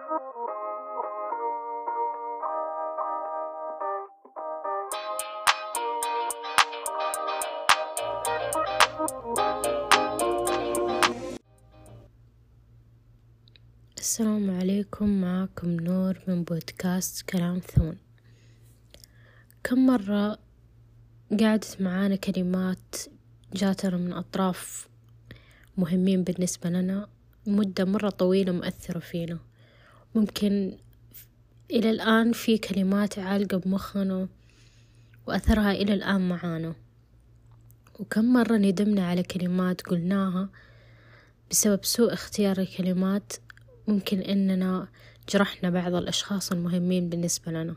السلام عليكم، معكم نور من بودكاست كلام ثون. كم مرة قعدت معانا كلمات جاتنا من أطراف مهمين بالنسبة لنا مدة مرة طويلة مؤثرة فينا. ممكن إلى الآن في كلمات عالقة بمخنا وأثرها إلى الآن معانا. وكم مرة ندمنا على كلمات قلناها بسبب سوء اختيار الكلمات. ممكن إننا جرحنا بعض الأشخاص المهمين بالنسبة لنا.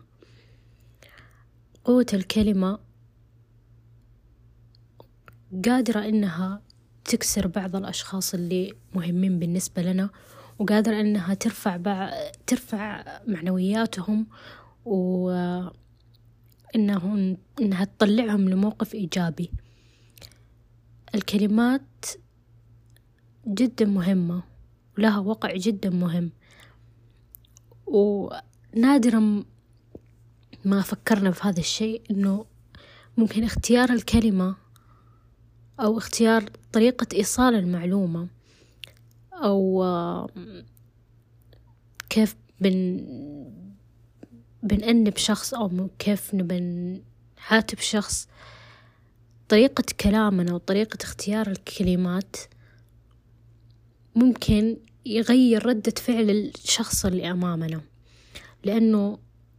قوة الكلمة قادرة إنها تكسر بعض الأشخاص اللي مهمين بالنسبة لنا، وقادرة إنها ترفع معنوياتهم، وإنها تطلعهم لموقف إيجابي. الكلمات جدا مهمة ولها وقع جدا مهم، ونادرا ما فكرنا في هذا الشيء، إنه ممكن اختيار الكلمة أو اختيار طريقة إيصال المعلومة، أو كيف بنأنب شخص، أو كيف بنعاتب شخص. طريقة كلامنا وطريقة اختيار الكلمات ممكن يغير ردة فعل الشخص اللي أمامنا، لأنه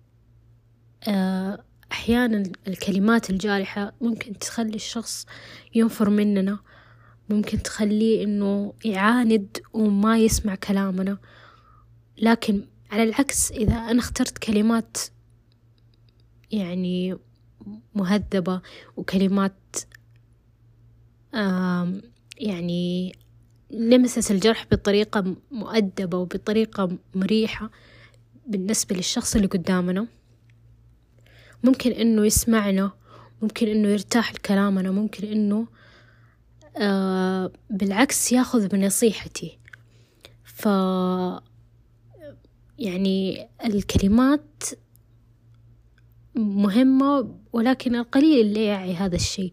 أحيانا الكلمات الجارحة ممكن تخلي الشخص ينفر مننا، ممكن تخليه إنه يعاند وما يسمع كلامنا. لكن على العكس، إذا أنا اخترت كلمات يعني مهذبة وكلمات يعني لمست الجرح بطريقة مؤدبة وبطريقة مريحة بالنسبة للشخص اللي قدامنا، ممكن إنه يسمعنا، ممكن إنه يرتاح لكلامنا، ممكن إنه بالعكس ياخذ بنصيحتي. يعني الكلمات مهمة، ولكن القليل اللي يعي هذا الشيء.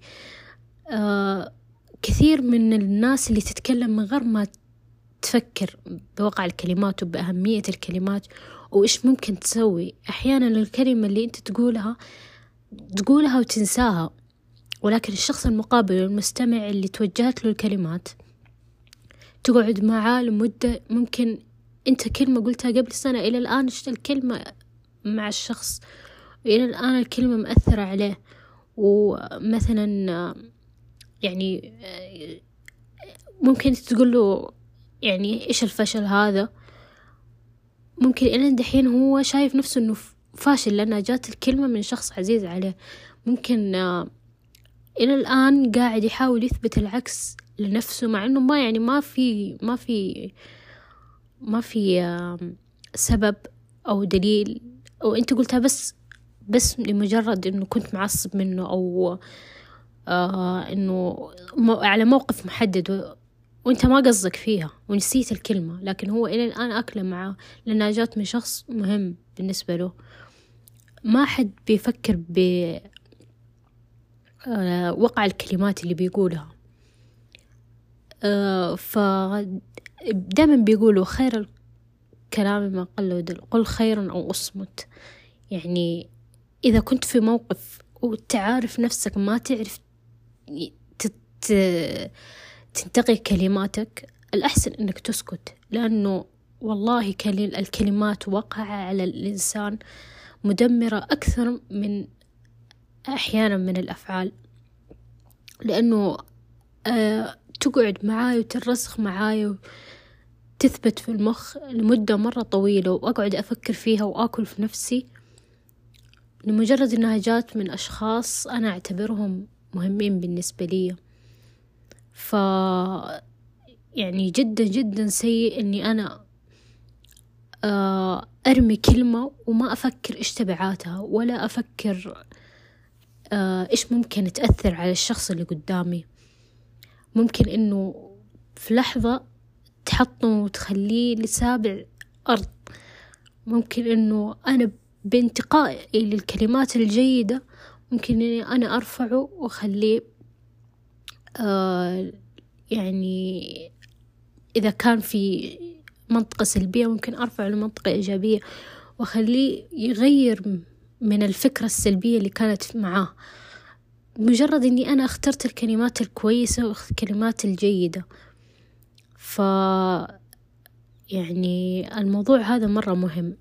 كثير من الناس اللي تتكلم من غير ما تفكر بوقع الكلمات وبأهمية الكلمات وإيش ممكن تسوي. أحيانا الكلمة اللي أنت تقولها وتنساها، ولكن الشخص المقابل والمستمع اللي توجهت له الكلمات تقعد معاه لمدة، ممكن أنت كلمة قلتها قبل سنة إلى الآن الكلمة مع الشخص، وإلى الآن الكلمة مأثرة عليه. ومثلا يعني ممكن تقول له يعني إيش الفشل هذا، ممكن إلى دحين هو شايف نفسه إنه فاشل لأنها جات الكلمة من شخص عزيز عليه. ممكن إلى الآن قاعد يحاول يثبت العكس لنفسه، مع إنه ما في سبب أو دليل، أو أنت قلتها بس لمجرد إنه كنت معصب منه، أو إنه على موقف محدد وأنت ما قصدك فيها ونسيت الكلمة، لكن هو إلى الآن أكله معه لأنها جات من شخص مهم بالنسبة له. ما حد بيفكر بوقع الكلمات اللي بيقولها. فدائما بيقولوا خير الكلام ما قل ودل، قل خيرا أو أصمت. يعني إذا كنت في موقف وتعرف نفسك ما تعرف تنتقي كلماتك، الأحسن إنك تسكت، لأنه والله الكلمات وقع على الإنسان مدمرة أكثر من أحيانا من الأفعال، لأنه تقعد معاي وترسخ معاي وتثبت في المخ لمدة مرة طويلة، وأقعد أفكر فيها وآكل في نفسي لمجرد إنها جات من أشخاص أنا أعتبرهم مهمين بالنسبة لي. يعني جدا جدا سيء إني أنا أرمي كلمة وما أفكر إيش تبعاتها، ولا أفكر إيش ممكن تأثر على الشخص اللي قدامي. ممكن إنه في لحظة تحطمه وتخليه لسابع أرض. ممكن إنه أنا بانتقائي للكلمات الجيدة ممكن إني أنا أرفعه وأخليه يعني إذا كان في منطقة سلبية ممكن أرفعه لمنطقة إيجابية وأخليه يغير من الفكرة السلبية اللي كانت معاه، مجرد إني أنا اخترت الكلمات الكويسة والكلمات الجيدة. يعني الموضوع هذا مرة مهم،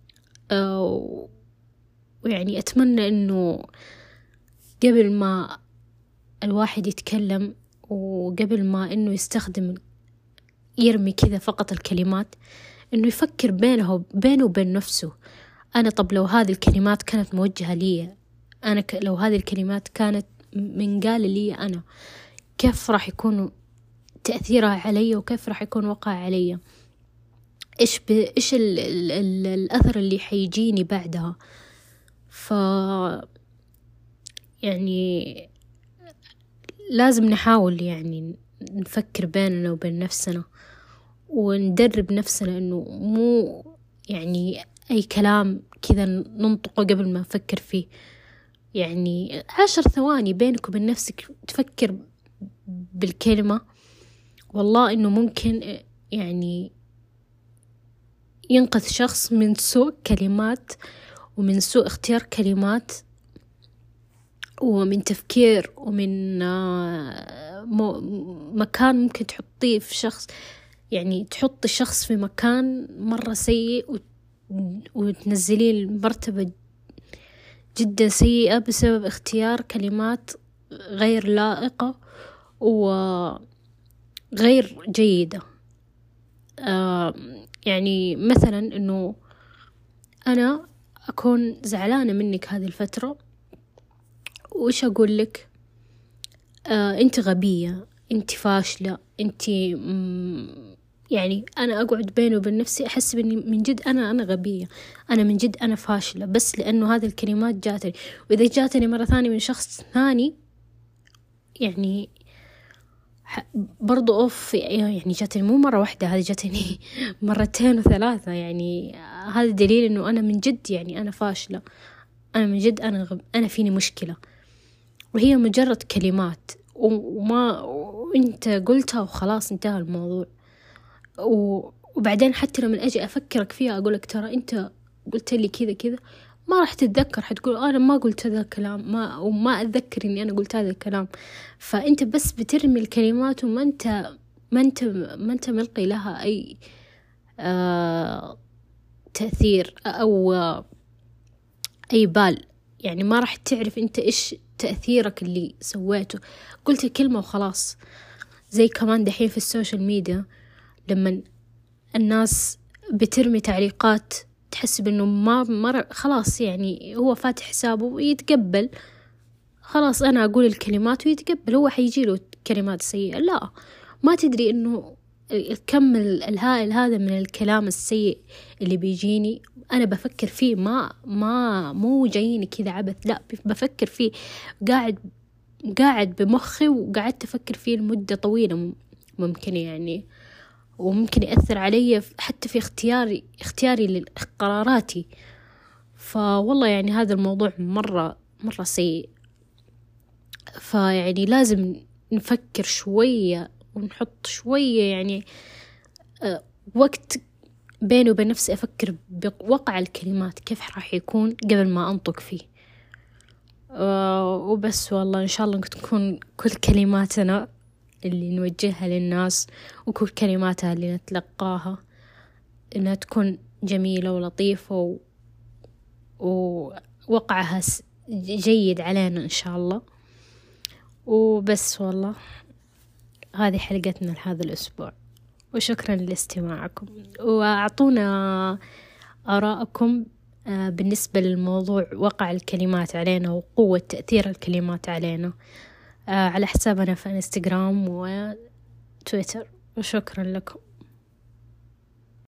ويعني أتمنى إنه قبل ما الواحد يتكلم وقبل ما إنه يستخدم يرمي كذا فقط الكلمات، إنه يفكر بينه وبين نفسه، أنا طب لو هذه الكلمات كانت موجهة لي أنا، لو هذه الكلمات كانت من قال لي أنا، كيف راح يكون تأثيرها علي وكيف راح يكون وقع علي، إيش الأثر اللي حيجيني بعدها. يعني لازم نحاول يعني نفكر بيننا وبين نفسنا وندرب نفسنا إنه مو يعني أي كلام كذا ننطقه قبل ما نفكر فيه، يعني 10 ثواني بينك وبين نفسك تفكر بالكلمة، والله إنه ممكن يعني ينقذ شخص من سوء كلمات ومن سوء اختيار كلمات ومن تفكير ومن مكان ممكن تحطيه في شخص، يعني تحط الشخص في مكان مرة سيء وتنزليه المرتبة جدا سيئة بسبب اختيار كلمات غير لائقة وغير جيدة. يعني مثلا إنه أنا أكون زعلانة منك هذه الفترة، وإيش أقول لك؟ أنت غبية، أنت فاشلة، أنت يعني أنا أقعد بيني وبين نفسي أحس إني من جد أنا غبية، أنا من جد أنا فاشلة، بس لأنه هذه الكلمات جاتني، وإذا جاتني مرة ثانية من شخص ثاني يعني برضو يعني جاتني مو مرة واحدة، هذه جاتني مرتين وثلاثة، يعني هذا دليل إنه أنا من جد يعني أنا فاشلة، أنا من جد أنا فيني مشكلة، وهي مجرد كلمات وأنت قلتها وخلاص انتهى الموضوع. وبعدين حتى لما أجي أفكرك فيها أقولك ترى أنت قلت لي كذا كذا، ما راح تتذكر، حتقول أنا ما قلت هذا الكلام، وما أتذكر إني أنا قلت هذا الكلام. فأنت بس بترمي الكلمات وما أنت ملقي لها أي تأثير أو أي بال، يعني ما راح تعرف أنت إيش تأثيرك اللي سويته، قلت كلمة وخلاص. زي كمان دحين في السوشيال ميديا لما الناس بترمي تعليقات تحسب إنه ما خلاص، يعني هو فاتح حسابه ويتقبل خلاص، أنا أقول الكلمات ويتقبل، هو حيجيله كلمات سيئة. لا، ما تدري إنه الكم الهائل هذا من الكلام السيء اللي بيجيني أنا بفكر فيه، مو جاييني كذا عبث، لا بفكر فيه، قاعد بمخي وقعدت أفكر فيه لمدة طويلة ممكن يعني، وممكن يأثر علي حتى في اختياري لقراراتي. فوالله يعني هذا الموضوع مرة مرة سيء، فيعني لازم نفكر شوية ونحط شوية يعني وقت بيني وبين نفسي أفكر بوقع الكلمات كيف راح يكون قبل ما أنطق فيه. وبس والله إن شاء الله تكون كل كلماتنا اللي نوجهها للناس وكل كلماتها اللي نتلقاها إنها تكون جميلة ولطيفة ووقعها جيد علينا إن شاء الله. وبس والله هذه حلقتنا لهذا الأسبوع، وشكرا لاستماعكم، وأعطونا آراءكم بالنسبة للموضوع وقع الكلمات علينا وقوة تأثير الكلمات علينا على حسابنا في انستغرام وتويتر، وشكرا لكم.